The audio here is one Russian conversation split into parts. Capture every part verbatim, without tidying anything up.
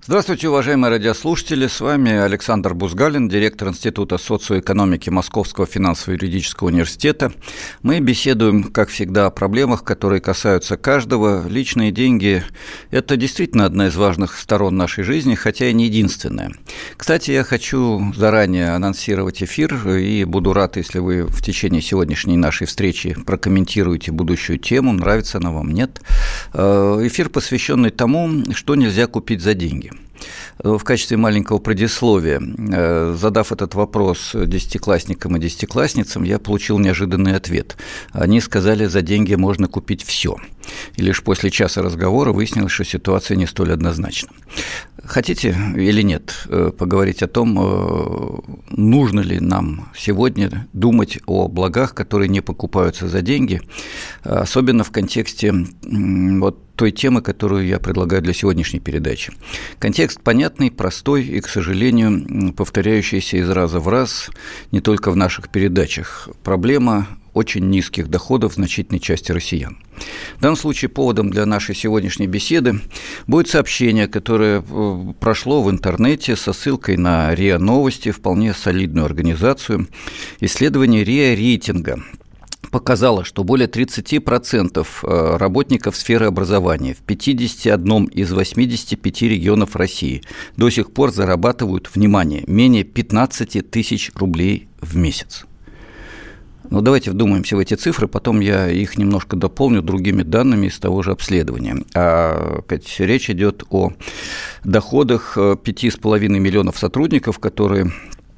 Здравствуйте, уважаемые радиослушатели. С вами Александр Бузгалин, директор Института социоэкономики Московского финансово-юридического университета. Мы беседуем, как всегда, о проблемах, которые касаются каждого. Личные деньги – это действительно одна из важных сторон нашей жизни, хотя и не единственная. Кстати, я хочу заранее анонсировать эфир, и буду рад, если вы в течение сегодняшней нашей встречи прокомментируете будущую тему, нравится она вам, нет. Эфир, посвященный тому, что нельзя купить за деньги. В качестве маленького предисловия, задав этот вопрос десятиклассникам и десятиклассницам, я получил неожиданный ответ. Они сказали, за деньги можно купить все. И лишь после часа разговора выяснилось, что ситуация не столь однозначна. Хотите или нет поговорить о том, нужно ли нам сегодня думать о благах, которые не покупаются за деньги, особенно в контексте вот той темы, которую я предлагаю для сегодняшней передачи. Контекст понятный, простой и, к сожалению, повторяющийся из раза в раз не только в наших передачах. Проблема очень низких доходов значительной части россиян. В данном случае поводом для нашей сегодняшней беседы будет сообщение, которое прошло в интернете со ссылкой на РИА Новости, вполне солидную организацию. Исследование РИА Рейтинга показало, что более тридцать процентов работников сферы образования в пятидесяти одном из восьмидесяти пяти регионов России до сих пор зарабатывают, внимание, менее пятнадцати тысяч рублей в месяц. Ну, давайте вдумаемся в эти цифры, потом я их немножко дополню другими данными из того же обследования. А, опять, речь идет о доходах пяти с половиной миллионов сотрудников, которые...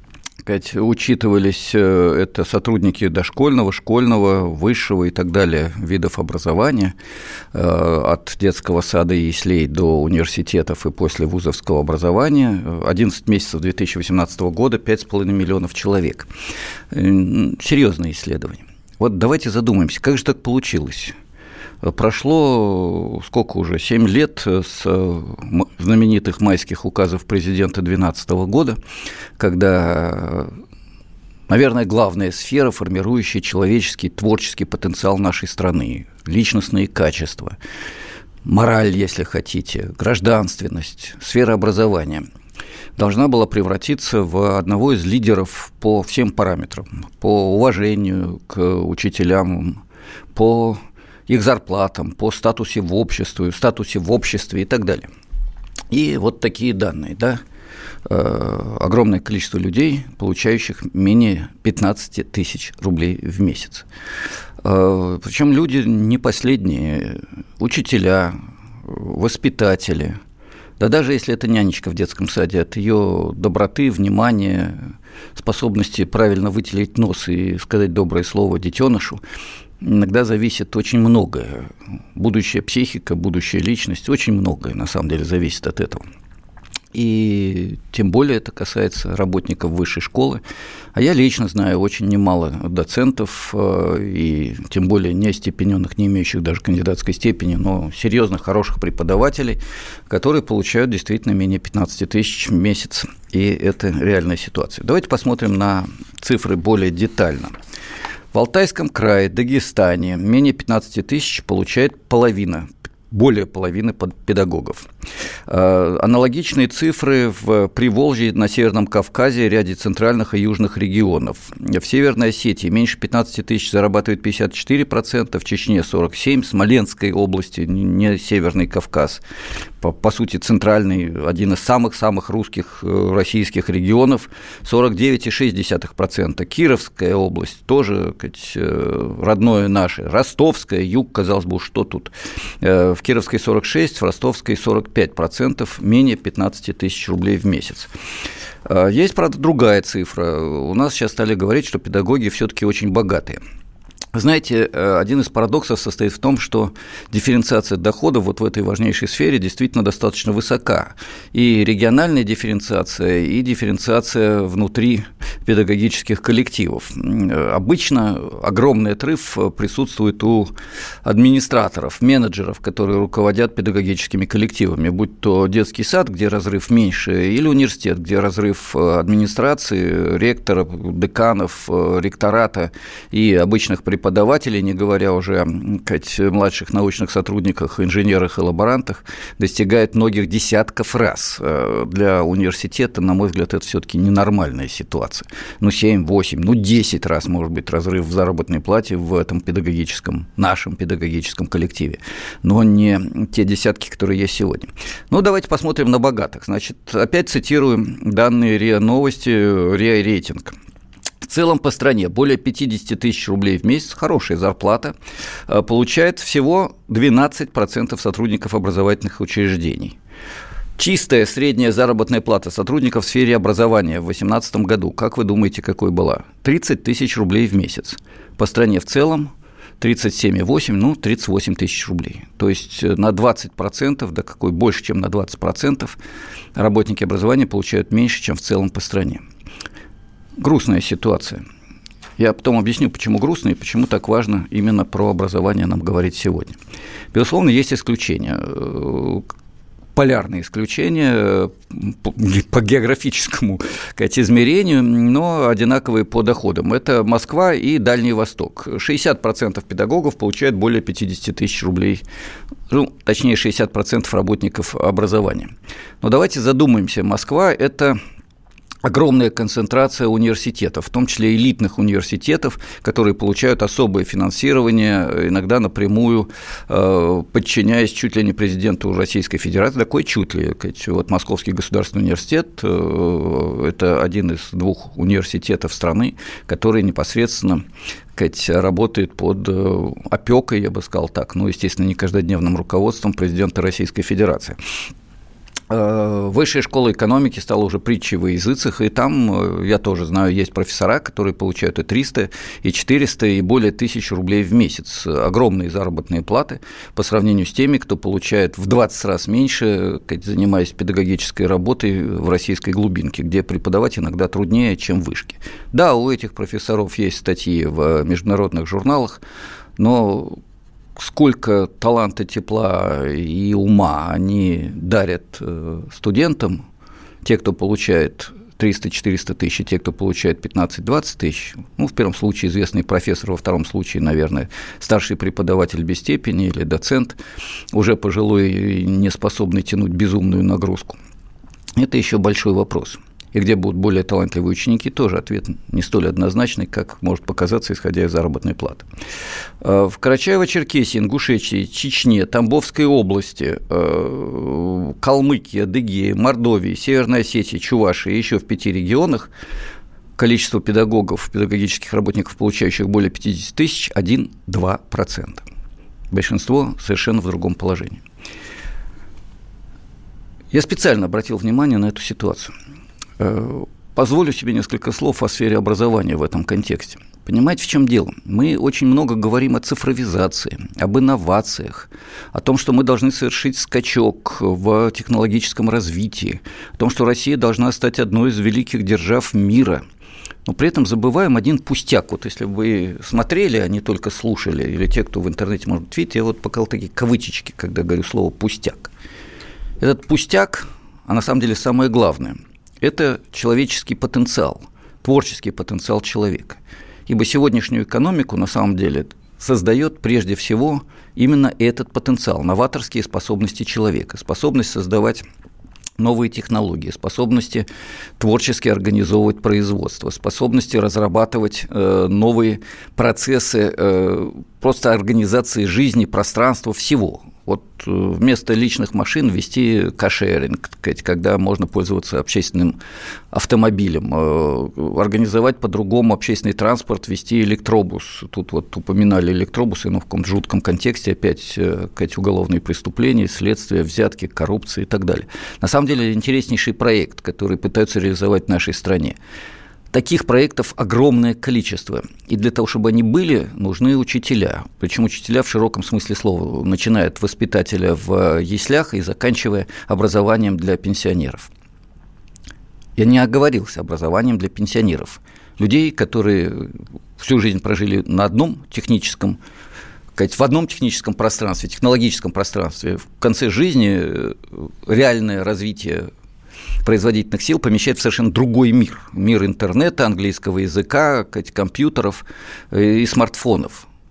учитывались это сотрудники дошкольного, школьного, высшего и так далее видов образования, от детского сада и яслей до университетов и после вузовского образования. одиннадцать месяцев две тысячи восемнадцатого года, пять с половиной миллионов человек. Серьезное исследование. Вот давайте задумаемся, как же так получилось? Прошло сколько уже, семь лет с знаменитых майских указов президента две тысячи двенадцатого года, когда, наверное, главная сфера, формирующая человеческий творческий потенциал нашей страны, личностные качества, мораль, если хотите, гражданственность, сфера образования, должна была превратиться в одного из лидеров по всем параметрам, по уважению к учителям, по их зарплатам, по статусе в обществе, статусе в обществе и так далее. И вот такие данные, да, огромное количество людей, получающих менее пятнадцати тысяч рублей в месяц. Причем люди не последние, учителя, воспитатели, да даже если это нянечка в детском саде, от ее доброты, внимания, способности правильно вытереть нос и сказать доброе слово детенышу, иногда зависит очень многое. Будущая психика, будущая личность, очень многое на самом деле зависит от этого. И тем более это касается работников высшей школы. А я лично знаю очень немало доцентов, и тем более не остепененных, не имеющих даже кандидатской степени, но серьезных, хороших преподавателей, которые получают действительно менее пятнадцати тысяч в месяц. И это реальная ситуация. Давайте посмотрим на цифры более детально. В Алтайском крае, Дагестане менее пятнадцати тысяч получает половина, более половины педагогов. Аналогичные цифры в Приволжье, на Северном Кавказе, ряде центральных и южных регионов. В Северной Осетии меньше пятнадцати тысяч зарабатывает пятьдесят четыре процента, в Чечне сорок семь процентов, в Смоленской области, не Северный Кавказ, по, по сути, центральный, один из самых-самых русских российских регионов, сорок девять целых шесть десятых процента. Кировская область тоже, сказать, родное наше, Ростовская, юг, казалось бы, что тут. В Кировской сорок шесть процентов, в Ростовской сорок пять процентов, менее пятнадцати тысяч рублей в месяц. Есть, правда, другая цифра. У нас сейчас стали говорить, что педагоги все-таки очень богатые. Знаете, один из парадоксов состоит в том, что дифференциация доходов вот в этой важнейшей сфере действительно достаточно высока. И региональная дифференциация, и дифференциация внутри педагогических коллективов. Обычно огромный отрыв присутствует у администраторов, менеджеров, которые руководят педагогическими коллективами, будь то детский сад, где разрыв меньше, или университет, где разрыв администрации, ректоров, деканов, ректората и обычных преподавателей преподавателей, не говоря уже о младших научных сотрудниках, инженерах и лаборантах, достигает многих десятков раз. Для университета, на мой взгляд, это все-таки ненормальная ситуация. Ну, семь, восемь, ну, десять раз может быть разрыв в заработной плате в этом педагогическом, нашем педагогическом коллективе, но не те десятки, которые есть сегодня. Ну, давайте посмотрим на богатых. Значит, опять цитирую данные РИА Новости, РИА Рейтинг. В целом по стране более пятьдесят тысяч рублей в месяц, хорошая зарплата, получает всего двенадцать процентов сотрудников образовательных учреждений. Чистая средняя заработная плата сотрудников в сфере образования в две тысячи восемнадцатом году, как вы думаете, какой была? тридцать тысяч рублей в месяц. По стране в целом тридцать семь целых восемь десятых, ну, тридцать восемь тысяч рублей. То есть на двадцать процентов, да какой больше, чем на двадцать процентов, работники образования получают меньше, чем в целом по стране. Грустная ситуация. Я потом объясню, почему грустно и почему так важно именно про образование нам говорить сегодня. Безусловно, есть исключения. Полярные исключения по географическому, сказать, измерению, но одинаковые по доходам. Это Москва и Дальний Восток. шестьдесят процентов педагогов получают более пятьдесят тысяч рублей, ну, точнее, шестьдесят процентов работников образования. Но давайте задумаемся. Москва – это огромная концентрация университетов, в том числе элитных университетов, которые получают особое финансирование, иногда напрямую э, подчиняясь чуть ли не президенту Российской Федерации, такой чуть ли. Вот Московский государственный университет э, – это один из двух университетов страны, который непосредственно работает под опекой, я бы сказал так, ну, естественно, не каждодневным руководством президента Российской Федерации. Высшая школа экономики стала уже притчей во языцах, и там, я тоже знаю, есть профессора, которые получают и триста, и четыреста, и более тысяч рублей в месяц. Огромные заработные платы по сравнению с теми, кто получает в двадцать раз меньше, занимаясь педагогической работой в российской глубинке, где преподавать иногда труднее, чем в вышке. Да, у этих профессоров есть статьи в международных журналах, но сколько таланта, тепла и ума они дарят студентам, те, кто получает триста-четыреста тысяч, и те, кто получает пятнадцать-двадцать тысяч, ну, в первом случае известный профессор, во втором случае, наверное, старший преподаватель без степени или доцент, уже пожилой и не способный тянуть безумную нагрузку. Это еще большой вопрос. И где будут более талантливые ученики, тоже ответ не столь однозначный, как может показаться, исходя из заработной платы. В Карачаево-Черкесии, Ингушетии, Чечне, Тамбовской области, Калмыкии, Адыгее, Мордовии, Северной Осетии, Чувашии и еще в пяти регионах количество педагогов, педагогических работников, получающих более пятьдесят тысяч, один-два процента. Большинство совершенно в другом положении. Я специально обратил внимание на эту ситуацию. Позволю себе несколько слов о сфере образования в этом контексте. Понимаете, в чем дело? Мы очень много говорим о цифровизации, об инновациях, о том, что мы должны совершить скачок в технологическом развитии, о том, что Россия должна стать одной из великих держав мира. Но при этом забываем один пустяк. Вот если бы вы смотрели, а не только слушали, или те, кто в интернете, может быть, видите, я вот показал такие кавычечки, когда говорю слово «пустяк». Этот пустяк, а на самом деле самое главное – это человеческий потенциал, творческий потенциал человека. Ибо сегодняшнюю экономику, на самом деле, создает прежде всего именно этот потенциал, новаторские способности человека, способность создавать новые технологии, способности творчески организовывать производство, способности разрабатывать э, новые процессы э, просто организации жизни, пространства, всего. Вот вместо личных машин ввести каршеринг, когда можно пользоваться общественным автомобилем, организовать по-другому общественный транспорт, ввести электробус. Тут вот упоминали электробусы, но в каком-то жутком контексте опять, сказать, уголовные преступления, следствия, взятки, коррупция и так далее. На самом деле интереснейший проект, который пытаются реализовать в нашей стране. Таких проектов огромное количество, и для того, чтобы они были, нужны учителя, причем учителя в широком смысле слова, начиная от воспитателя в яслях и заканчивая образованием для пенсионеров. Я не оговорился, образованием для пенсионеров, людей, которые всю жизнь прожили на одном техническом, в одном техническом пространстве, технологическом пространстве, в конце жизни реальное развитие производительных сил помещает в совершенно другой мир. Мир интернета, английского языка, компьютеров и смартфонов.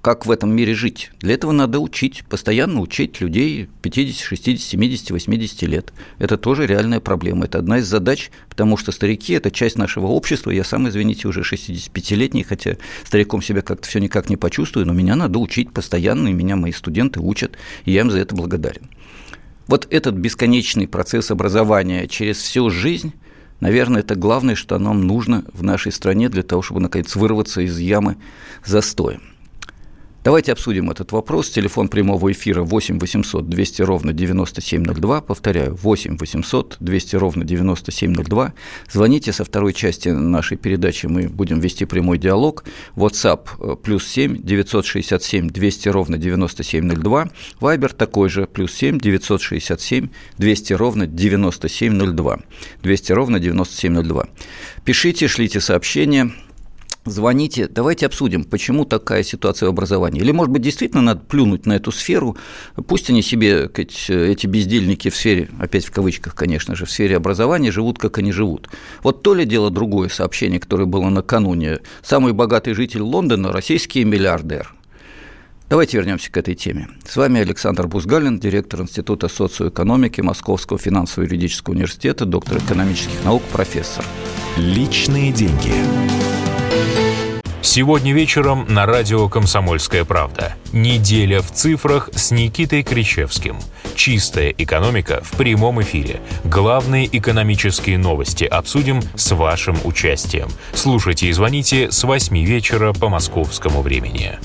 как в этом мире жить. Для этого надо учить, постоянно учить людей пятьдесят, шестьдесят, семьдесят, восемьдесят лет. Это тоже реальная проблема. Это одна из задач, потому что старики – это часть нашего общества. Я сам, извините, уже шестидесятипятилетний, хотя стариком себя как-то все никак не почувствую, но меня надо учить постоянно, и меня мои студенты учат, и я им за это благодарен. Вот этот бесконечный процесс образования через всю жизнь, наверное, это главное, что нам нужно в нашей стране для того, чтобы, наконец, вырваться из ямы застоя. Давайте обсудим этот вопрос. Телефон прямого эфира восемь восемьсот двести ровно девяносто семь ноль два. Повторяю, восемь восемьсот двести ровно девяносто семь ноль два. Звоните, со второй части нашей передачи мы будем вести прямой диалог. WhatsApp плюс семь девятьсот шестьдесят семь двести ровно девяносто семь ноль два. Viber такой же, плюс семь девятьсот шестьдесят семь двести ровно девяносто семь ноль два. двести ровно девяносто семь ноль два. Пишите, шлите сообщения. Звоните, давайте обсудим, почему такая ситуация в образовании. Или, может быть, действительно надо плюнуть на эту сферу, пусть они себе, эти бездельники в сфере, опять в кавычках, конечно же, в сфере образования живут, как они живут. Вот то ли дело другое сообщение, которое было накануне. Самый богатый житель Лондона – российский миллиардер. Давайте вернемся к этой теме. С вами Александр Бузгалин, директор Института социоэкономики Московского финансово-юридического университета, доктор экономических наук, профессор. Личные деньги. Сегодня вечером на радио «Комсомольская правда». Неделя в цифрах с Никитой Кричевским. Чистая экономика в прямом эфире. Главные экономические новости обсудим с вашим участием. Слушайте и звоните с восьми вечера по московскому времени.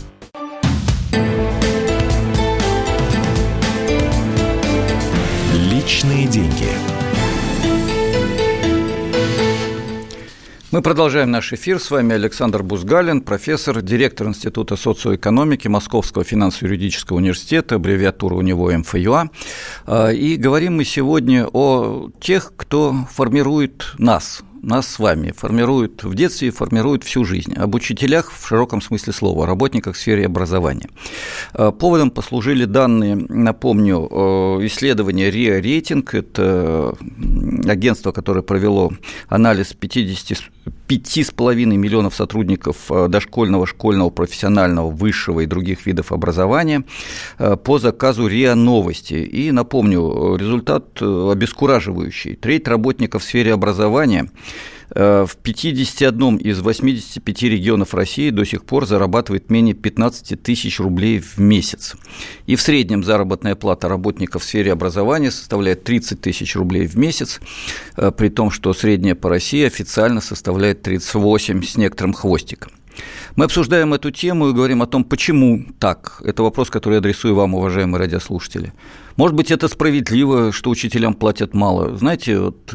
Личные деньги. Мы продолжаем наш эфир. С вами Александр Бузгалин, профессор, директор Института социоэкономики Московского финансово-юридического университета, аббревиатура у него эм эф ю а. И говорим мы сегодня о тех, кто формирует нас, нас с вами, формирует в детстве и формирует всю жизнь, об учителях в широком смысле слова, работниках в сфере образования. Поводом послужили данные, напомню, исследования риа Рейтинг, это агентство, которое провело анализ пятидесяти пяти с половиной миллионов сотрудников дошкольного, школьного, профессионального, высшего и других видов образования по заказу риа Новости. И напомню, результат обескураживающий. Треть работников в сфере образования в пятидесяти одном из восьмидесяти пяти регионов России до сих пор зарабатывает менее пятнадцати тысяч рублей в месяц. И в среднем заработная плата работников в сфере образования составляет тридцать тысяч рублей в месяц, при том, что средняя по России официально составляет тридцать восемь с некоторым хвостиком. Мы обсуждаем эту тему и говорим о том, почему так. Это вопрос, который я адресую вам, уважаемые радиослушатели. Может быть, это справедливо, что учителям платят мало. Знаете, вот,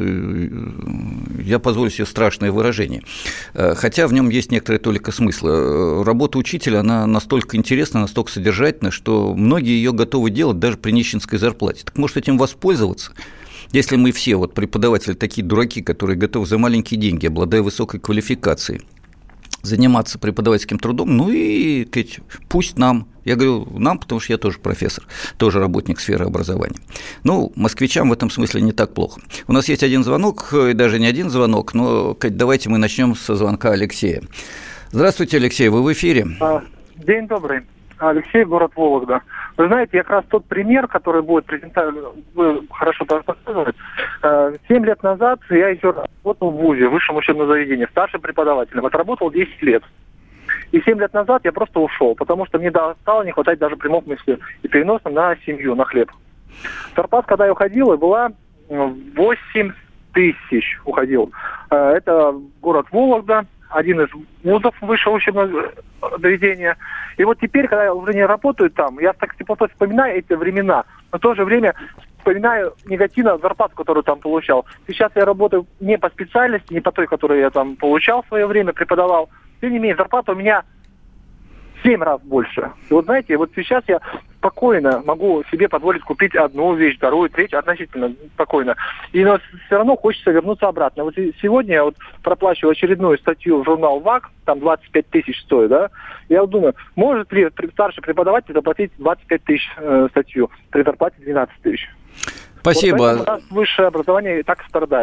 я позволю себе страшное выражение, хотя в нем есть некоторая толика смысла. Работа учителя, она настолько интересна, настолько содержательна, что многие ее готовы делать даже при нищенской зарплате. Так может этим воспользоваться? Если мы все, вот преподаватели, такие дураки, которые готовы за маленькие деньги, обладая высокой квалификацией, заниматься преподавательским трудом, ну и пусть нам, я говорю нам, потому что я тоже профессор, тоже работник сферы образования. Ну, москвичам в этом смысле не так плохо. У нас есть один звонок, и даже не один звонок, но давайте мы начнем со звонка Алексея. Здравствуйте, Алексей, вы в эфире. День добрый. Алексей, город Вологда. Вы знаете, я как раз тот пример, который будет презентовать, вы хорошо показывать. Семь лет назад я еще работал в ВУЗе, в высшем учебном заведении, старшим преподавателем. Отработал десять лет. И семь лет назад я просто ушел, потому что мне стало не хватать даже в прямом смысле и переносно на семью, на хлеб. Зарплата, когда я уходил, была восемь тысяч уходил. Это город Вологда, один из вузов высшего учебного заведения. И вот теперь, когда я уже не работаю там, я так тепло вспоминаю эти времена, но в то же время вспоминаю негативно зарплату, которую там получал. Сейчас я работаю не по специальности, не по той, которую я там получал в свое время, преподавал. Тем не менее, зарплата у меня семь раз больше. И вот знаете, вот сейчас я спокойно могу себе позволить купить одну вещь, вторую, третью, относительно спокойно. И но все равно хочется вернуться обратно. Вот сегодня я вот проплачиваю очередную статью в журнал ВАК, там двадцать пять тысяч стоит, да. Я вот думаю, может ли старший преподаватель заплатить двадцать пять тысяч э, статью при зарплате двенадцать тысяч? Спасибо. Вот поэтому у нас высшее образование и так страдает.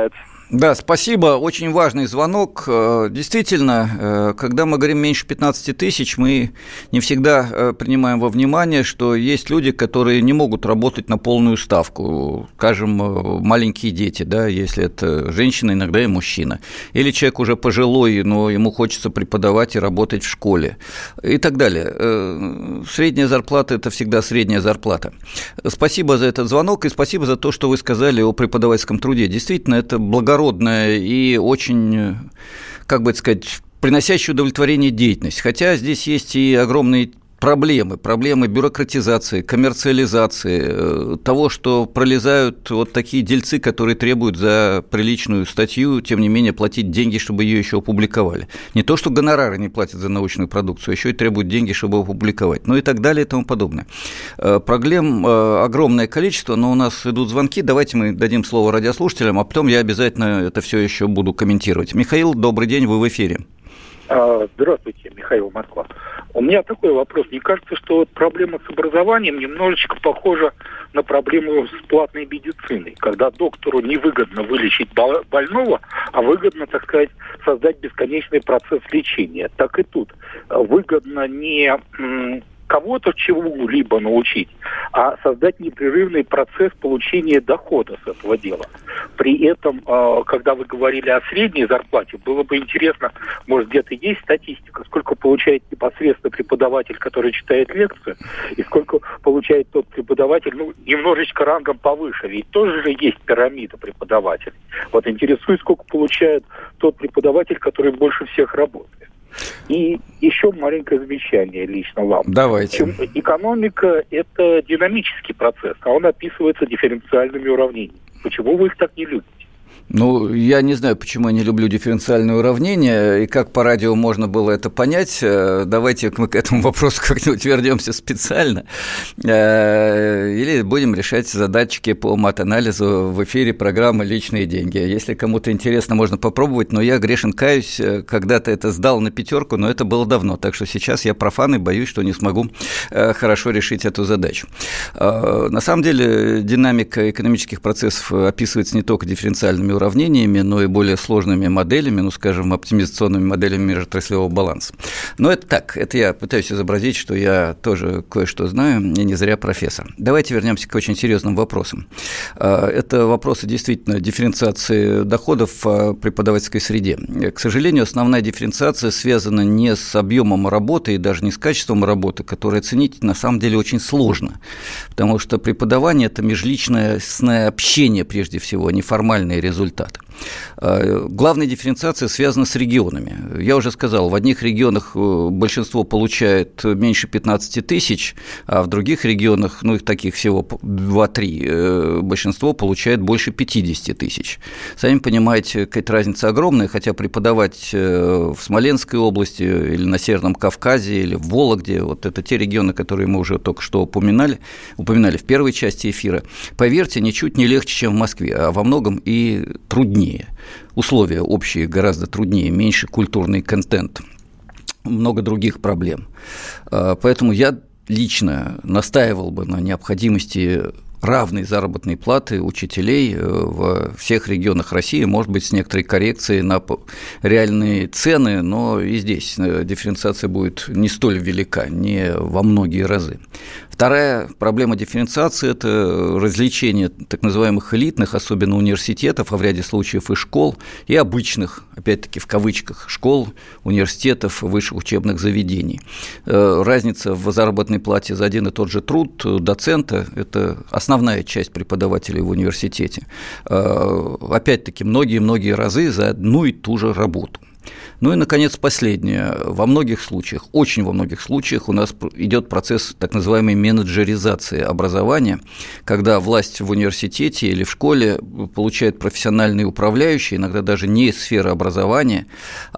Да, спасибо. Очень важный звонок. Действительно, когда мы говорим меньше пятнадцати тысяч, мы не всегда принимаем во внимание, что есть люди, которые не могут работать на полную ставку. Скажем, маленькие дети, да, если это женщина, иногда и мужчина. Или человек уже пожилой, но ему хочется преподавать и работать в школе. И так далее. Средняя зарплата – это всегда средняя зарплата. Спасибо за этот звонок и спасибо за то, что вы сказали о преподавательском труде. Действительно, это благородная и очень, как бы сказать, приносящая удовлетворение деятельность. Хотя здесь есть и огромные проблемы, проблемы бюрократизации, коммерциализации, того, что пролезают вот такие дельцы, которые требуют за приличную статью, тем не менее, платить деньги, чтобы ее еще опубликовали. Не то, что гонорары не платят за научную продукцию, еще и требуют деньги, чтобы опубликовать, ну и так далее и тому подобное. Проблем огромное количество, но у нас идут звонки, давайте мы дадим слово радиослушателям, а потом я обязательно это все еще буду комментировать. Михаил, добрый день, вы в эфире. Здравствуйте, Михаил, Москва. У меня такой вопрос. Мне кажется, что вот проблема с образованием немножечко похожа на проблему с платной медициной, когда доктору невыгодно вылечить больного, а выгодно, так сказать, создать бесконечный процесс лечения. Так и тут. Выгодно не кого-то чему-либо научить, а создать непрерывный процесс получения дохода с этого дела. При этом, когда вы говорили о средней зарплате, было бы интересно, может, где-то есть статистика, сколько получает непосредственно преподаватель, который читает лекцию, и сколько получает тот преподаватель, ну, немножечко рангом повыше, ведь тоже же есть пирамида преподавателей. Вот интересует, сколько получает тот преподаватель, который больше всех работает. И еще маленькое замечание лично вам. Давайте. Экономика – это динамический процесс, а он описывается дифференциальными уравнениями. Почему вы их так не любите? Ну, я не знаю, почему я не люблю дифференциальные уравнения, и как по радио можно было это понять. Давайте мы к этому вопросу как-нибудь вернемся специально. Или будем решать задатчики по мат-анализу в эфире программы «Личные деньги». Если кому-то интересно, можно попробовать, но я, грешен каюсь, когда-то это сдал на пятерку, но это было давно, так что сейчас я профан и боюсь, что не смогу хорошо решить эту задачу. На самом деле, динамика экономических процессов описывается не только дифференциальными уравнениями, но и более сложными моделями, ну, скажем, оптимизационными моделями межотраслевого баланса. Но это так, это я пытаюсь изобразить, что я тоже кое-что знаю, и не зря профессор. Давайте вернемся к очень серьезным вопросам. Это вопросы действительно дифференциации доходов в преподавательской среде. К сожалению, основная дифференциация связана не с объемом работы и даже не с качеством работы, которое оценить на самом деле очень сложно, потому что преподавание – это межличностное общение прежде всего, неформальные результаты. Результат. Главная дифференциация связана с регионами. Я уже сказал, в одних регионах большинство получает меньше пятнадцати тысяч, а в других регионах, ну, их таких всего два-три, большинство получает больше пятидесяти тысяч. Сами понимаете, какая-то разница огромная, хотя преподавать в Смоленской области или на Северном Кавказе или в Вологде, вот это те регионы, которые мы уже только что упоминали, упоминали в первой части эфира, поверьте, ничуть не легче, чем в Москве, а во многом и труднее. Условия общие гораздо труднее, меньше культурный контент, много других проблем. Поэтому я лично настаивал бы на необходимости равной заработной платы учителей во всех регионах России, может быть, с некоторой коррекцией на реальные цены, но и здесь дифференциация будет не столь велика, не во многие разы. Вторая проблема дифференциации – это развлечение так называемых элитных, особенно университетов, а в ряде случаев и школ, и обычных, опять-таки в кавычках, школ, университетов, высших учебных заведений. Разница в заработной плате за один и тот же труд доцента – это основная часть преподавателей в университете. Опять-таки, многие-многие разы за одну и ту же работу. Ну и, наконец, последнее. Во многих случаях, очень во многих случаях у нас идет процесс так называемой менеджеризации образования, когда власть в университете или в школе получает профессиональные управляющие, иногда даже не из сферы образования,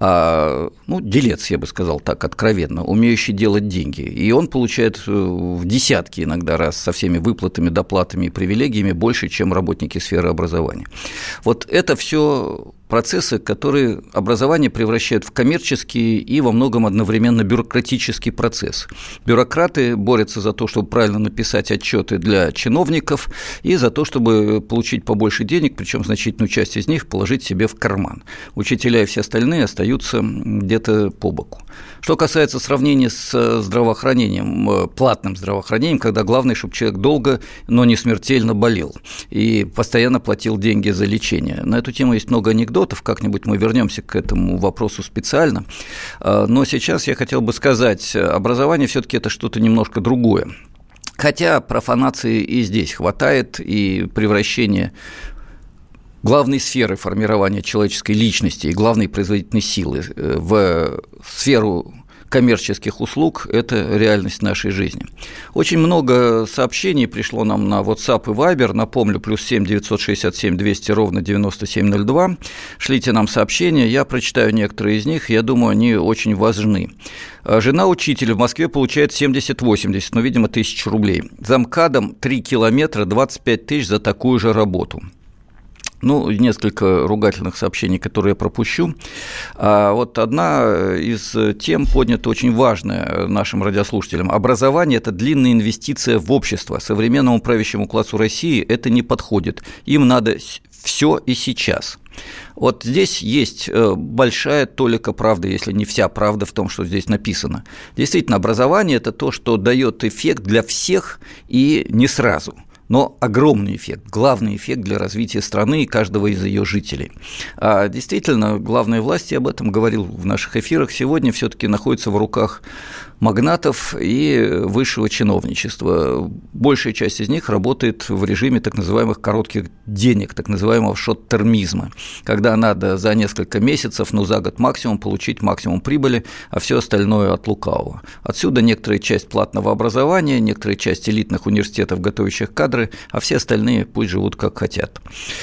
а, ну, делец, я бы сказал так откровенно, умеющий делать деньги. И он получает в десятки иногда раз со всеми выплатами, доплатами и привилегиями больше, чем работники сферы образования. Вот это все процессы, которые образование превращают в коммерческий и во многом одновременно бюрократический процесс. Бюрократы борются за то, чтобы правильно написать отчеты для чиновников и за то, чтобы получить побольше денег, причем значительную часть из них положить себе в карман. Учителя и все остальные остаются где-то по боку. Что касается сравнения с здравоохранением, платным здравоохранением, когда главное, чтобы человек долго, но не смертельно болел и постоянно платил деньги за лечение. На эту тему есть много анекдотов. Как-нибудь мы вернемся к этому вопросу специально. Но сейчас я хотел бы сказать, образование все-таки это что-то немножко другое. Хотя профанации и здесь хватает, и превращение главной сферы формирования человеческой личности и главной производительной силы в сферу коммерческих услуг – это реальность нашей жизни. Очень много сообщений пришло нам на WhatsApp и Viber. Напомню, плюс семь девятьсот шестьдесят семь двести ровно девяносто семь ноль два. Шлите нам сообщения, я прочитаю некоторые из них, я думаю, они очень важны. Жена учителя в Москве получает семьдесят-восемьдесят, ну, видимо, тысяч рублей. Замкадом три километра, двадцать пять тысяч за такую же работу. Ну, несколько ругательных сообщений, которые я пропущу. А вот одна из тем поднята очень важная нашим радиослушателям. Образование – это длинная инвестиция в общество. Современному правящему классу России это не подходит. Им надо все и сейчас. Вот здесь есть большая толика правды, если не вся правда в том, что здесь написано. Действительно, образование – это то, что дает эффект для всех и не сразу. Но огромный эффект, главный эффект для развития страны и каждого из ее жителей. А действительно, главная власть, я об этом говорил в наших эфирах, сегодня все-таки находится в руках магнатов и высшего чиновничества. Большая часть из них работает в режиме так называемых коротких денег, так называемого шорт-термизма, когда надо за несколько месяцев, ну за год максимум, получить максимум прибыли, а все остальное от лукавого. Отсюда некоторая часть платного образования, некоторая часть элитных университетов, готовящих кадры, а все остальные пусть живут как хотят.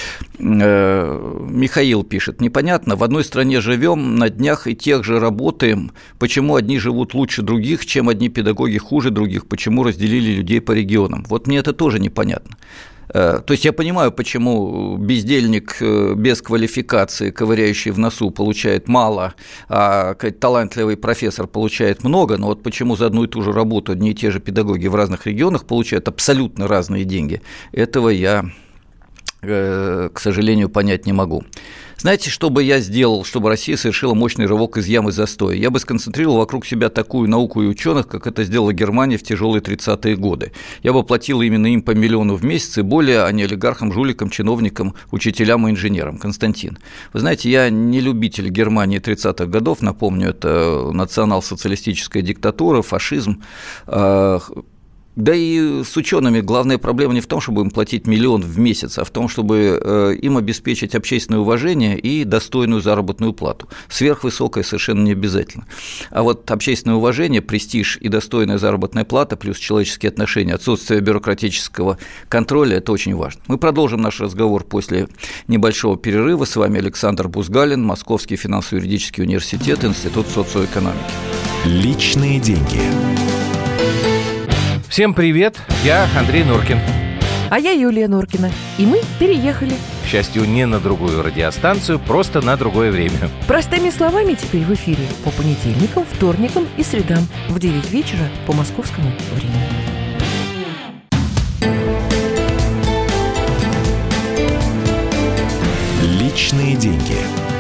Михаил пишет: непонятно, в одной стране живем, на днях и тех же работаем, почему одни живут лучше других, чем одни педагоги хуже других, почему разделили людей по регионам. Вот мне это тоже непонятно. То есть я понимаю, почему бездельник без квалификации, ковыряющий в носу, получает мало, а талантливый профессор получает много, но вот почему за одну и ту же работу одни и те же педагоги в разных регионах получают абсолютно разные деньги, этого я, к сожалению, понять не могу. Знаете, что бы я сделал, чтобы Россия совершила мощный рывок из ямы застоя? Я бы сконцентрировал вокруг себя такую науку и ученых, как это сделала Германия в тяжелые тридцатые годы. Я бы платил именно им по миллиону в месяц и более, а не олигархам, жуликам, чиновникам, учителям и инженерам. Константин, вы знаете, я не любитель Германии тридцатых годов, напомню, это национал-социалистическая диктатура, фашизм. Да и с учеными главная проблема не в том, чтобы им платить миллион в месяц, а в том, чтобы им обеспечить общественное уважение и достойную заработную плату. Сверхвысокая совершенно не обязательно. А вот общественное уважение, престиж и достойная заработная плата плюс человеческие отношения, отсутствие бюрократического контроля – это очень важно. Мы продолжим наш разговор после небольшого перерыва. С вами Александр Бузгалин, Московский финансово-юридический университет, Институт социоэкономики. Личные деньги. Всем привет, я Андрей Норкин. А я Юлия Норкина. И мы переехали. К счастью, не на другую радиостанцию, просто на другое время. Простыми словами теперь в эфире по понедельникам, вторникам и средам в девять вечера по московскому времени. Личные деньги.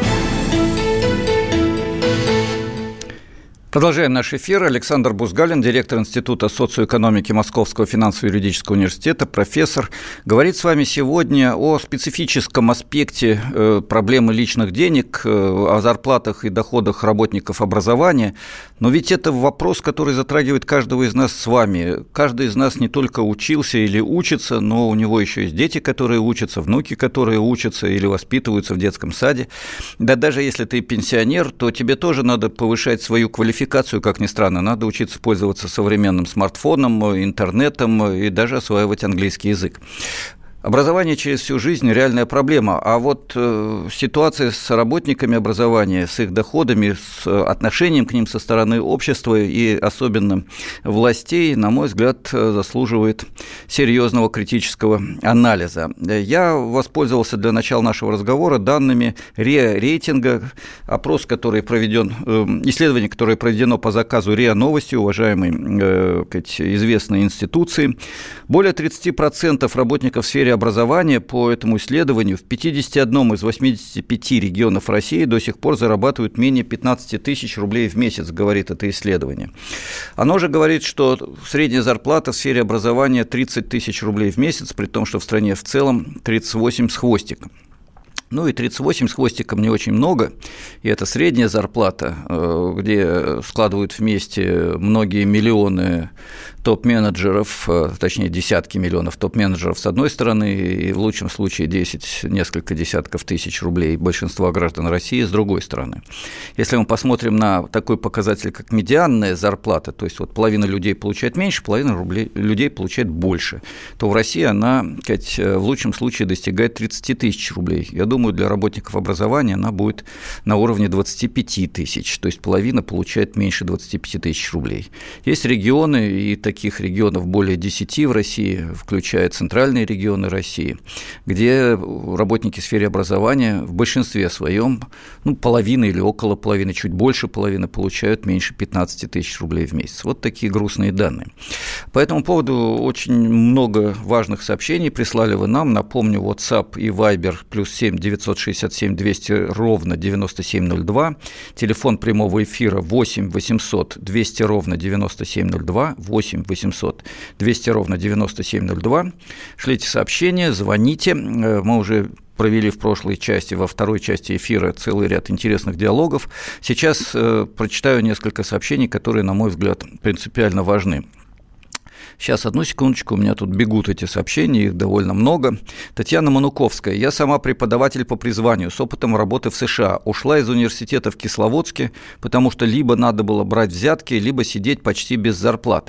Продолжаем наш эфир. Александр Бузгалин, директор Института социоэкономики Московского финансово-юридического университета, профессор, говорит с вами сегодня о специфическом аспекте проблемы личных денег, о зарплатах и доходах работников образования. Но ведь это вопрос, который затрагивает каждого из нас с вами. Каждый из нас не только учился или учится, но у него еще есть дети, которые учатся, внуки, которые учатся или воспитываются в детском саде. Да даже если ты пенсионер, то тебе тоже надо повышать свою квалификацию. Как ни странно, надо учиться пользоваться современным смартфоном, интернетом и даже осваивать английский язык. Образование через всю жизнь – реальная проблема, а вот э, ситуация с работниками образования, с их доходами, с отношением к ним со стороны общества и особенно властей, на мой взгляд, заслуживает серьезного критического анализа. Я воспользовался для начала нашего разговора данными РИА рейтинга, опрос, который проведен, э, исследование, которое проведено по заказу РИА Новости, уважаемой э, известной институции. Более тридцать процентов работников в сфере образования по этому исследованию в пятьдесят один из восьмидесяти пяти регионов России до сих пор зарабатывают менее пятнадцать тысяч рублей в месяц, говорит это исследование. Оно же говорит, что средняя зарплата в сфере образования тридцать тысяч рублей в месяц, при том, что в стране в целом тридцать восемь с хвостиком. Ну и тридцать восемь с хвостиком не очень много, и это средняя зарплата, где складывают вместе многие миллионы топ-менеджеров, точнее десятки миллионов топ-менеджеров с одной стороны, и в лучшем случае десять, несколько десятков тысяч рублей большинства граждан России с другой стороны. Если мы посмотрим на такой показатель, как медианная зарплата, то есть вот половина людей получает меньше, половина рублей, людей получает больше, то в России она, сказать, в лучшем случае достигает тридцать тысяч рублей. Я думаю, для работников образования она будет на уровне двадцать пять тысяч, то есть половина получает меньше двадцать пять тысяч рублей. Есть регионы, и таких регионов более десяти в России, включая центральные регионы России, где работники в сфере образования в большинстве своем, ну, половина или около половины, чуть больше половины получают меньше пятнадцать тысяч рублей в месяц. Вот такие грустные данные. По этому поводу очень много важных сообщений прислали вы нам. Напомню, WhatsApp и Viber плюс семь девятьсот шестьдесят семь двести ровно девяносто семь ноль два, телефон прямого эфира восемь восемьсот двести ровно девяносто семь ноль два, восемь восемьсот двести ровно девяносто семь ноль два. Шлите сообщения, звоните. Мы уже провели в прошлой части, во второй части эфира целый ряд интересных диалогов. Сейчас э, прочитаю несколько сообщений, которые, на мой взгляд, принципиально важны. Сейчас, одну секундочку, у меня тут бегут эти сообщения, их довольно много. Татьяна Мануковская. Я сама преподаватель по призванию с опытом работы в США. Ушла из университета в Кисловодске, потому что либо надо было брать взятки, либо сидеть почти без зарплаты.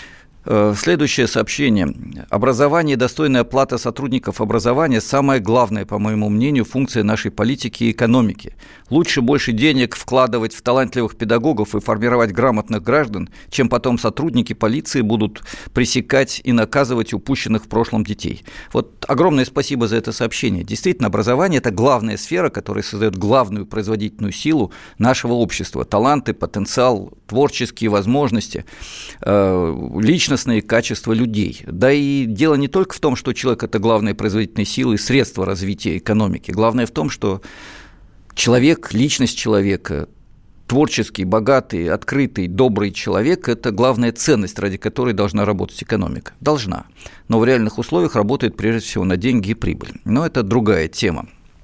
Следующее сообщение. Образование и достойная оплата сотрудников образования – самая главная, по моему мнению, функция нашей политики и экономики. Лучше больше денег вкладывать в талантливых педагогов и формировать грамотных граждан, чем потом сотрудники полиции будут пресекать и наказывать упущенных в прошлом детей. Вот огромное спасибо за это сообщение. Действительно, образование – это главная сфера, которая создает главную производительную силу нашего общества. Таланты, потенциал, творческие возможности, личностные качества людей. Да и дело не только в том, что человек – это главная производительная сила и средство развития экономики. Главное в том, что человек, личность человека, творческий, богатый, открытый, добрый человек – это главная ценность, ради которой должна работать экономика. Должна. Но в реальных условиях работает прежде всего на деньги и прибыль. Но это другая тема.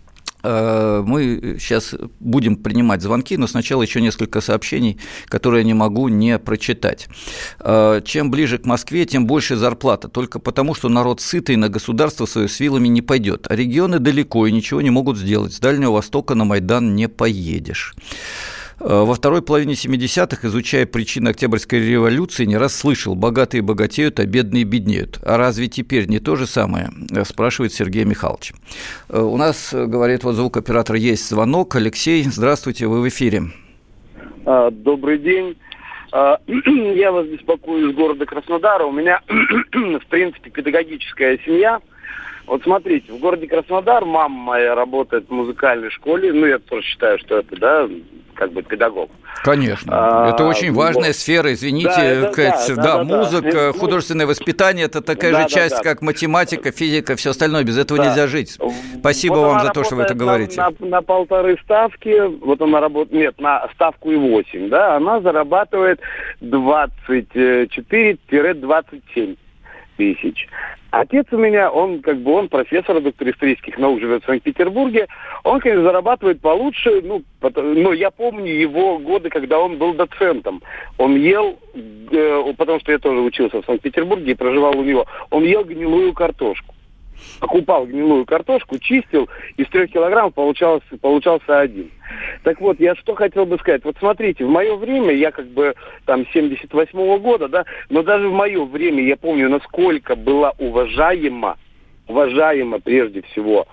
Мы сейчас будем принимать звонки, но сначала еще несколько сообщений, которые я не могу не прочитать. Чем ближе к Москве, тем больше зарплата, только потому, что народ сытый на государство свое с вилами не пойдет, а регионы далеко и ничего не могут сделать. С Дальнего Востока на Майдан не поедешь. Во второй половине семидесятых, изучая причины Октябрьской революции, не раз слышал: богатые богатеют, а бедные беднеют. А разве теперь не то же самое? Спрашивает Сергей Михайлович. У нас, говорит вот звукооператор, есть звонок. Алексей, здравствуйте, вы в эфире. Добрый день. Я вас беспокою из города Краснодара. У меня, в принципе, педагогическая семья. Вот смотрите, в городе Краснодар мама моя работает в музыкальной школе. Ну, я тоже считаю, что это, да, как бы педагог. Конечно. А, это очень важная вот. сфера, извините. Да, это, сказать, да, да, да, музыка, да. художественное воспитание – это такая да, же да, часть, да. как математика, физика, все остальное. Без этого да. нельзя жить. Спасибо вот вам за то, что вы это говорите. На, на, на полторы ставки, вот она работает, нет, на ставку и восемь, да, она зарабатывает двадцать четыре - двадцать семь тысяч. Отец у меня, он как бы он профессор, доктор исторических наук, живет в Санкт-Петербурге. Он, конечно, зарабатывает получше, ну, потому, но я помню его годы, когда он был доцентом. Он ел, э, потому что я тоже учился в Санкт-Петербурге и проживал у него, он ел гнилую картошку. Покупал гнилую картошку, чистил, из трех килограммов получался, получался один. Так вот, я что хотел бы сказать. Вот смотрите, в мое время, я как бы там семьдесят восьмого года, да, но даже в мое время я помню, насколько была уважаема уважаема прежде всего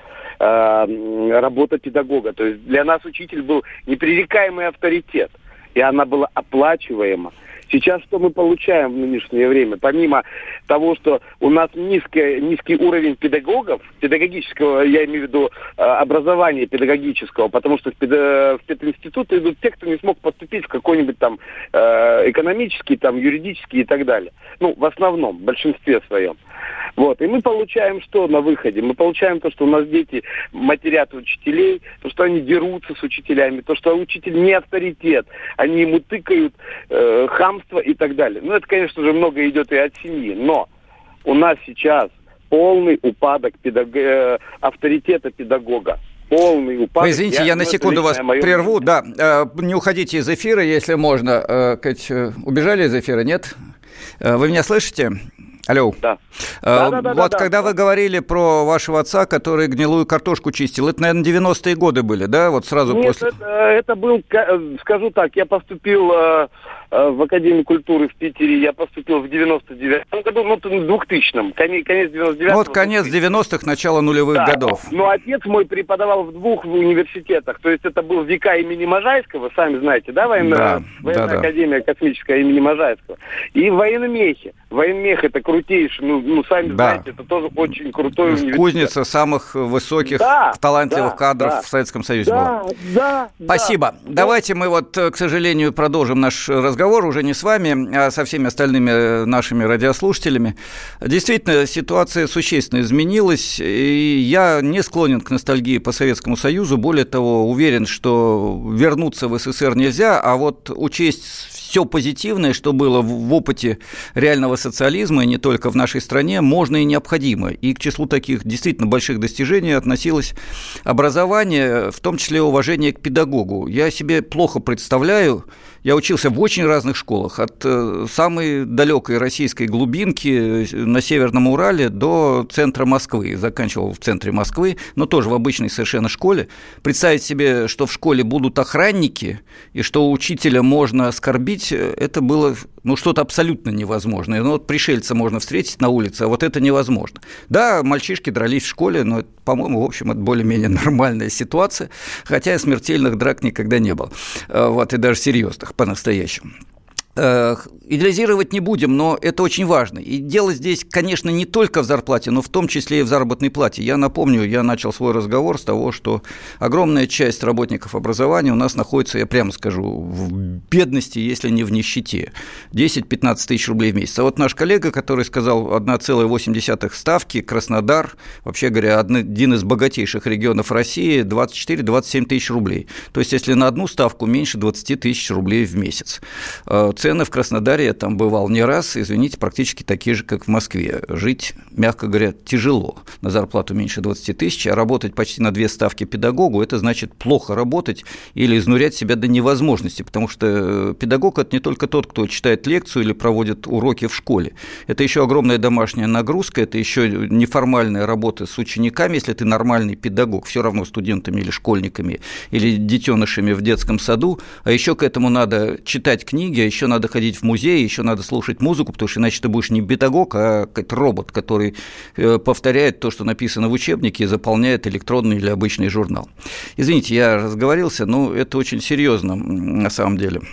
э, работа педагога. То есть для нас учитель был непререкаемый авторитет, и она была оплачиваема. Сейчас что мы получаем в нынешнее время? Помимо того, что у нас низкий, низкий уровень педагогов, педагогического, я имею в виду образования педагогического, потому что в, педа, в пединституты идут те, кто не смог поступить в какой-нибудь там экономический, там, юридический и так далее. Ну, в основном, в большинстве своем. Вот. И мы получаем что на выходе? Мы получаем то, что у нас дети матерят учителей, то, что они дерутся с учителями, то, что учитель не авторитет, они ему тыкают э, хамство и так далее. Ну, это, конечно же, много идет и от семьи, но у нас сейчас полный упадок педаг... э, авторитета педагога. Полный упадок. Вы извините, я, я на секунду вас прерву. Да, э, не уходите из эфира, если можно. Э, Кать, убежали из эфира, нет? Э, вы меня слышите? Алло. Да. А, да, да, вот да, когда да. вы говорили про вашего отца, который гнилую картошку чистил, это, наверное, девяностые годы были, да? Вот сразу Нет, после... это, это был, скажу так, я поступил э, в Академию культуры в Питере, я поступил в девяносто девятом году, ну, в двухтысячном, конец, конец девяносто девятого. Вот конец девяностых, начало нулевых да, годов. Но отец мой преподавал в двух университетах, то есть это был ВИКа имени Можайского, сами знаете, да, военная, да, военная да, академия космическая имени Можайского, и в военмехе. Военмех это крутейший, ну, ну сами да. знаете, это тоже очень крутой университет. Кузница самых высоких, да, талантливых да, кадров да. в Советском Союзе да, была. Да, Спасибо. Да. Давайте мы вот, к сожалению, продолжим наш разговор уже не с вами, а со всеми остальными нашими радиослушателями. Действительно, ситуация существенно изменилась, и я не склонен к ностальгии по Советскому Союзу. Более того, уверен, что вернуться в СССР нельзя, а вот учесть все позитивное, что было в опыте реального социализма, и не только в нашей стране, можно и необходимо. И к числу таких действительно больших достижений относилось образование, в том числе уважение к педагогу. Я себе плохо представляю, я учился в очень разных школах, от самой далекой российской глубинки на Северном Урале до центра Москвы. Заканчивал в центре Москвы, но тоже в обычной совершенно школе. Представить себе, что в школе будут охранники, и что учителя можно оскорбить, это было ну, что-то абсолютно невозможное. Ну, вот пришельца можно встретить на улице, а вот это невозможно. Да, мальчишки дрались в школе, но, по-моему, в общем, это более-менее нормальная ситуация, хотя смертельных драк никогда не было, вот, и даже серьезных по-настоящему. Идеализировать не будем, но это очень важно. И дело здесь, конечно, не только в зарплате, но в том числе и в заработной плате. Я напомню, я начал свой разговор с того, что огромная часть работников образования у нас находится, я прямо скажу, в бедности, если не в нищете. десять-пятнадцать тысяч рублей в месяц. А вот наш коллега, который сказал одна целая восемь десятых ставки, Краснодар, вообще говоря, один из богатейших регионов России, двадцать четыре - двадцать семь тысяч рублей. То есть, если на одну ставку меньше двадцать тысяч рублей в месяц. Цены в Краснодаре, я там бывал не раз, извините, практически такие же, как в Москве. Жить, мягко говоря, тяжело. На зарплату меньше двадцать тысяч, а работать почти на две ставки педагогу, это значит плохо работать или изнурять себя до невозможности, потому что педагог – это не только тот, кто читает лекцию или проводит уроки в школе. Это еще огромная домашняя нагрузка, это еще неформальная работа с учениками, если ты нормальный педагог, все равно студентами или школьниками, или детенышами в детском саду, а еще к этому надо читать книги, а еще надо ходить в музей, еще надо слушать музыку, потому что иначе ты будешь не педагог, а какой-то робот, который повторяет то, что написано в учебнике, и заполняет электронный или обычный журнал. Извините, я разговорился, но это очень серьезно на самом деле.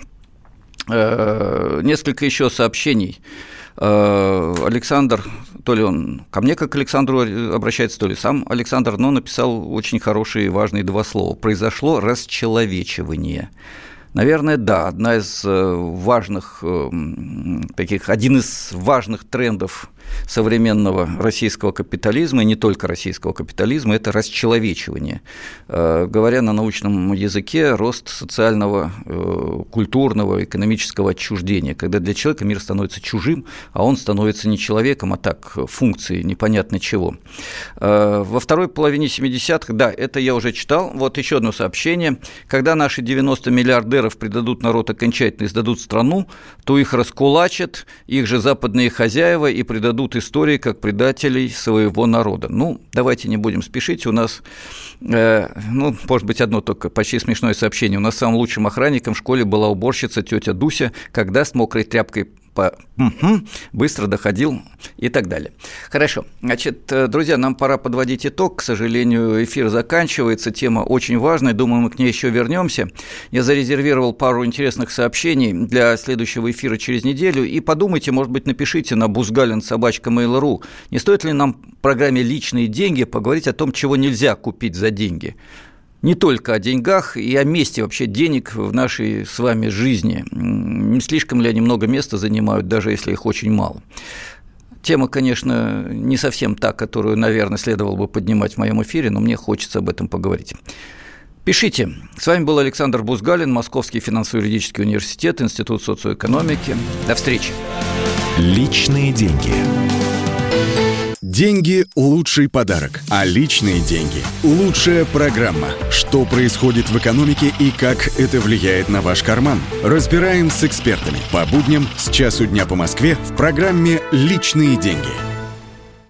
Несколько еще сообщений. Александр, то ли он ко мне как к Александру обращается, то ли сам Александр, но написал очень хорошие и важные два слова. Произошло расчеловечивание. Наверное, да, одна из важных таких, один из важных трендов современного российского капитализма, и не только российского капитализма, это расчеловечивание. Говоря на научном языке, рост социального, культурного, экономического отчуждения, когда для человека мир становится чужим, а он становится не человеком, а так, функцией непонятно чего. Во второй половине семидесятых, да, это я уже читал, вот еще одно сообщение, когда наши девяносто миллиардеров предадут народ окончательно и сдадут страну, то их раскулачат, их же западные хозяева и предадут истории как предателей своего народа. Ну, давайте не будем спешить. У нас, э, ну, может быть, одно только почти смешное сообщение. У нас самым лучшим охранником в школе была уборщица тетя Дуся, когда с мокрой тряпкой по угу, быстро доходил и так далее. Хорошо. Значит, друзья, нам пора подводить итог. К сожалению, эфир заканчивается. Тема очень важная. Думаю, мы к ней еще вернемся. Я зарезервировал пару интересных сообщений для следующего эфира через неделю. И подумайте, может быть, напишите на бузгалин собака мейл точка ру. Не стоит ли нам в программе «Личные деньги» поговорить о том, чего нельзя купить за деньги? Не только о деньгах и о месте вообще денег в нашей с вами жизни. Не слишком ли они много места занимают, даже если их очень мало? Тема, конечно, не совсем та, которую, наверное, следовало бы поднимать в моем эфире, но мне хочется об этом поговорить. Пишите. С вами был Александр Бузгалин, Московский финансово-юридический университет, Институт социоэкономики. До встречи. Личные деньги. Деньги – лучший подарок, а личные деньги – лучшая программа. Что происходит в экономике и как это влияет на ваш карман? Разбираем с экспертами по будням с часу дня по Москве в программе «Личные деньги».